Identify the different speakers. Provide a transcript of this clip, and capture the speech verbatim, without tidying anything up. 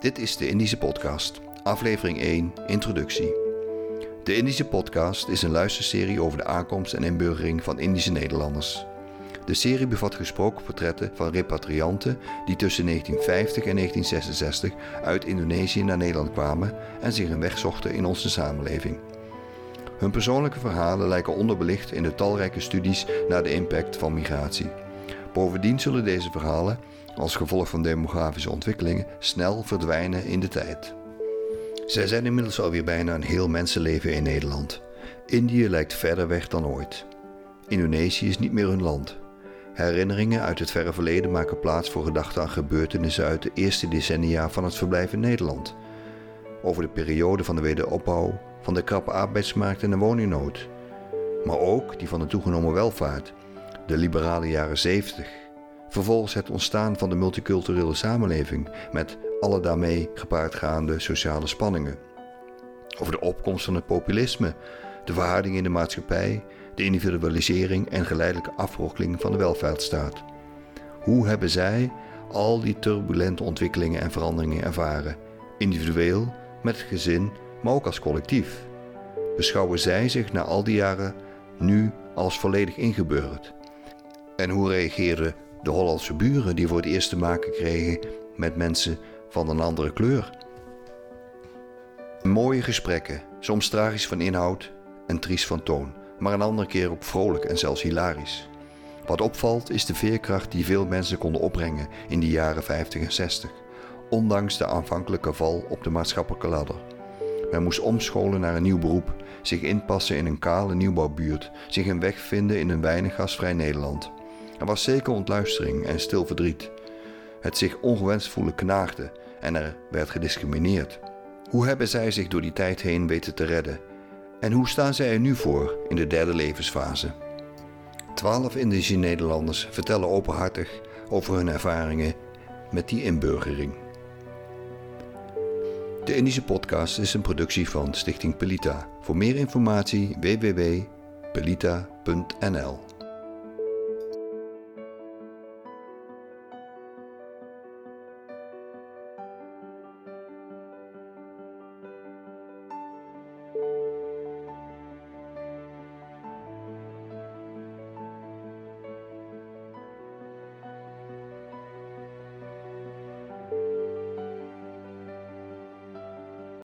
Speaker 1: Dit is de Indische Podcast, aflevering één, Introductie. De Indische Podcast is een luisterserie over de aankomst en inburgering van Indische Nederlanders. De serie bevat gesproken portretten van repatrianten die tussen negentien vijftig en negentien zesenzestig uit Indonesië naar Nederland kwamen en zich een weg zochten in onze samenleving. Hun persoonlijke verhalen lijken onderbelicht in de talrijke studies naar de impact van migratie. Bovendien zullen deze verhalen, als gevolg van demografische ontwikkelingen, snel verdwijnen in de tijd. Zij zijn inmiddels alweer bijna een heel mensenleven in Nederland. Indië lijkt verder weg dan ooit. Indonesië is niet meer hun land. Herinneringen uit het verre verleden maken plaats voor gedachten aan gebeurtenissen uit de eerste decennia van het verblijf in Nederland. Over de periode van de wederopbouw, van de krappe arbeidsmarkt en de woningnood. Maar ook die van de toegenomen welvaart, de liberale jaren zeventig. Vervolgens het ontstaan van de multiculturele samenleving met alle daarmee gepaardgaande sociale spanningen. Over de opkomst van het populisme, de verharding in de maatschappij, de individualisering en geleidelijke afbrokkeling van de welvaartsstaat. Hoe hebben zij al die turbulente ontwikkelingen en veranderingen ervaren, individueel, met het gezin, maar ook als collectief? Beschouwen zij zich na al die jaren nu als volledig ingeburgerd? En hoe reageerden de Hollandse buren die voor het eerst te maken kregen met mensen van een andere kleur? Mooie gesprekken, soms tragisch van inhoud en triest van toon, maar een andere keer ook vrolijk en zelfs hilarisch. Wat opvalt is de veerkracht die veel mensen konden opbrengen in de jaren vijftig en zestig, ondanks de aanvankelijke val op de maatschappelijke ladder. Men moest omscholen naar een nieuw beroep, zich inpassen in een kale nieuwbouwbuurt, zich een weg vinden in een weinig gastvrij Nederland. Er was zeker ontluistering en stil verdriet. Het zich ongewenst voelen knaagde en er werd gediscrimineerd. Hoe hebben zij zich door die tijd heen weten te redden? En hoe staan zij er nu voor in de derde levensfase? Twaalf Indische Nederlanders vertellen openhartig over hun ervaringen met die inburgering. De Indische Podcast is een productie van Stichting Pelita. Voor meer informatie w w w punt pelita punt n l.